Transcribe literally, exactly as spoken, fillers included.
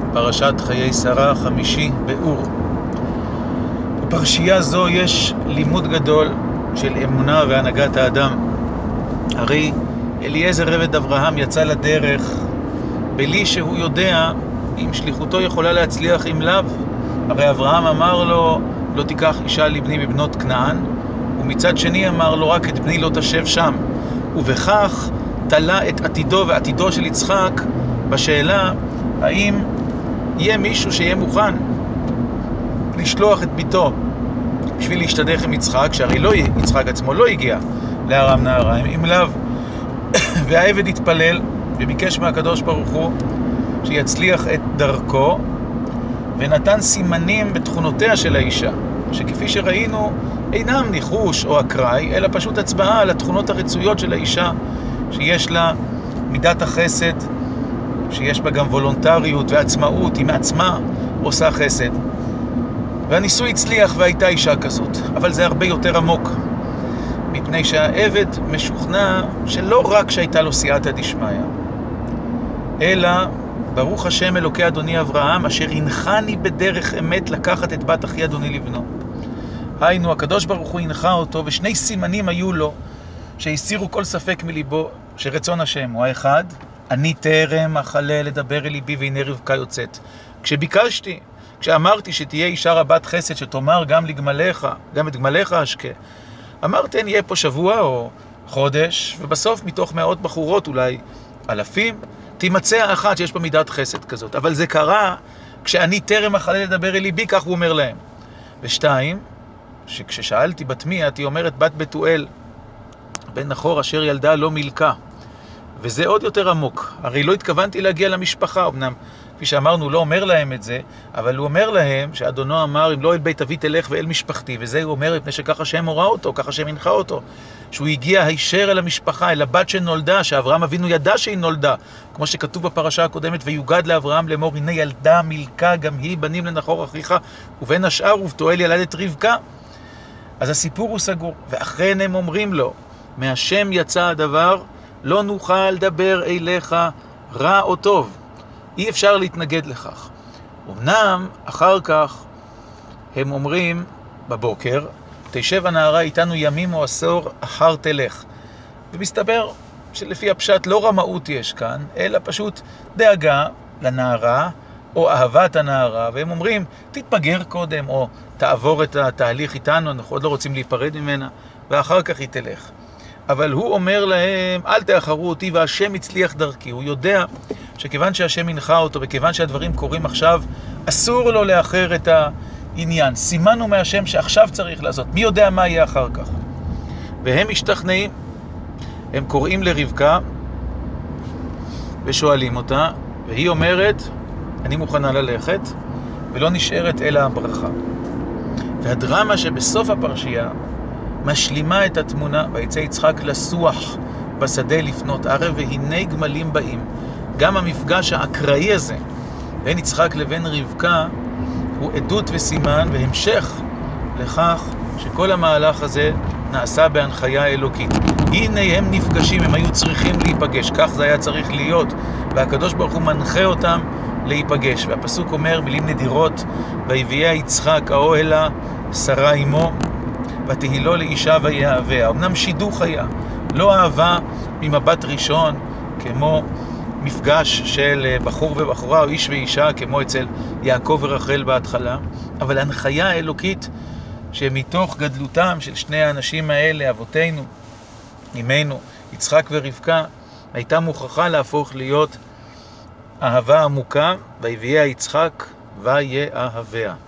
פרשת חיי שרה חמישי באור. בפרשייה זו יש לימוד גדול של אמונה והנהגת האדם. הרי אליעזר עבד אברהם יצא לדרך בלי שהוא יודע אם שליחותו יכולה להצליח אם לאו. הרי אברהם אמר לו, לא תיקח אישה לבני מבנות כנען, ומצד שני אמר לו, רק את בני לא תשב שם. ובכך תלה את עתידו ועתידו של יצחק בשאלה האם יהיה מישהו שיהיה מוכן לשלוח את ביתו בשביל להשתדך עם יצחק, שהרי לא, יצחק עצמו לא הגיע לארם נהריים, אם לאו. והעבד התפלל וביקש מהקדוש ברוך הוא שיצליח את דרכו, ונתן סימנים בתכונותיה של האישה, שכפי שראינו אינם ניחוש או אקראי, אלא פשוט הצבעה על התכונות הרצויות של האישה, שיש לה מידת החסד, שיש בה גם וולונטריות ועצמאות, היא מעצמה עושה חסד. והניסוי הצליח והייתה אישה כזאת, אבל זה הרבה יותר עמוק, מפני שהעבד משוכנע שלא רק שהייתה לו סייעתא דשמיא, אלא ברוך השם אלוקי אדוני אברהם, אשר הנחני בדרך אמת לקחת את בת אחי אדוני לבנו. היינו, הקדוש ברוך הוא הנחה אותו, ושני סימנים היו לו שהסירו כל ספק מליבו שרצון השם הוא האחד, אני טרם אכלה לדבר אל ליבי והנה רבקה יוצאת. כשביקשתי, כשאמרתי שתהיה אישה רבת חסד שתאמר גם לגמליך, גם את גמליך אשקה, אמרתן יהיה פה שבוע או חודש, ובסוף מתוך מאות בחורות אולי אלפים, תימצא האחת שיש בה מידת חסד כזאת. אבל זה קרה כשאני טרם אכלה לדבר אל ליבי, כך הוא אומר להם. ושתיים, שכששאלתי בת מי, היא אומרת בת בתואל, בן נחור אשר ילדה לא מילכה. וזה עוד יותר עמוק. הרי לא התכוונתי להגיע למשפחה, אמנם כפי שאמרנו לא אומר להם את זה, אבל הוא אומר להם שאדונו אמר אם לא אל בית אבי תלך ואל משפחתי, וזה הוא אומר מפני שככה שם הורא אותו, ככה שם הנחה אותו, שהוא הגיע הישר אל המשפחה, אל הבת שנולדה, שאברהם אבינו ידע שהיא נולדה, כמו שכתוב בפרשה הקודמת, ויוגד לאברהם לאמור הנה ילדה מילכה גם היא בנים לנחור אחיך, ובין השאר ובתואל ילדת רבקה. אז הסיפור הוא סגור, ואכן הם אומרים לו, מהשם יצא הדבר, לא נוכל לדבר אליך רע או טוב. אי אפשר להתנגד לכך. אמנם אחר כך הם אומרים בבוקר, תשב הנערה איתנו ימים או עשור אחר תלך. ומסתבר שלפי הפשט לא רמאות יש כאן, אלא פשוט דאגה לנערה או אהבת הנערה. והם אומרים, תתפגר קודם או תעבור את התהליך איתנו, אנחנו עוד לא רוצים להיפרד ממנה, ואחר כך היא תלך. אבל הוא אומר להם, אל תאחרו אותי והשם הצליח דרכי. הוא יודע שכיוון שהשם הנחה אותו וכיוון שהדברים קורים עכשיו, אסור לו לאחר את העניין. סימנו מהשם שעכשיו צריך לעשות. מי יודע מה יהיה אחר כך? והם משתכנעים. הם קוראים לרבקה ושואלים אותה, והיא אומרת, אני מוכנה ללכת, ולא נשארת אלא הברכה. והדרמה שבסוף הפרשייה משלימה את התמונה, ויצא יצחק לסוח בשדה לפנות ערב, והנה גמלים באים. גם המפגש האקראי הזה בין יצחק לבין רבקה הוא עדות וסימן והמשך לכך שכל המהלך הזה נעשה בהנחיה אלוקית. הנה הם נפגשים, הם היו צריכים להיפגש, כך זה היה צריך להיות, והקדוש ברוך הוא מנחה אותם להיפגש. והפסוק אומר מילים נדירות, ויביאה יצחק האוהלה שרה עמו ותהילו לאישה ויאהביה. אמנם שידוך היה, לא אהבה ממבט ראשון כמו מפגש של בחור ובחורה או איש ואישה כמו אצל יעקב ורחל בהתחלה, אבל הנחיה אלוקית שמתוך גדלותם של שני האנשים האלה, אבותינו, אמנו, יצחק ורבקה, הייתה מוכרחה להפוך להיות אהבה עמוקה, ויביאה יצחק ויאהביה.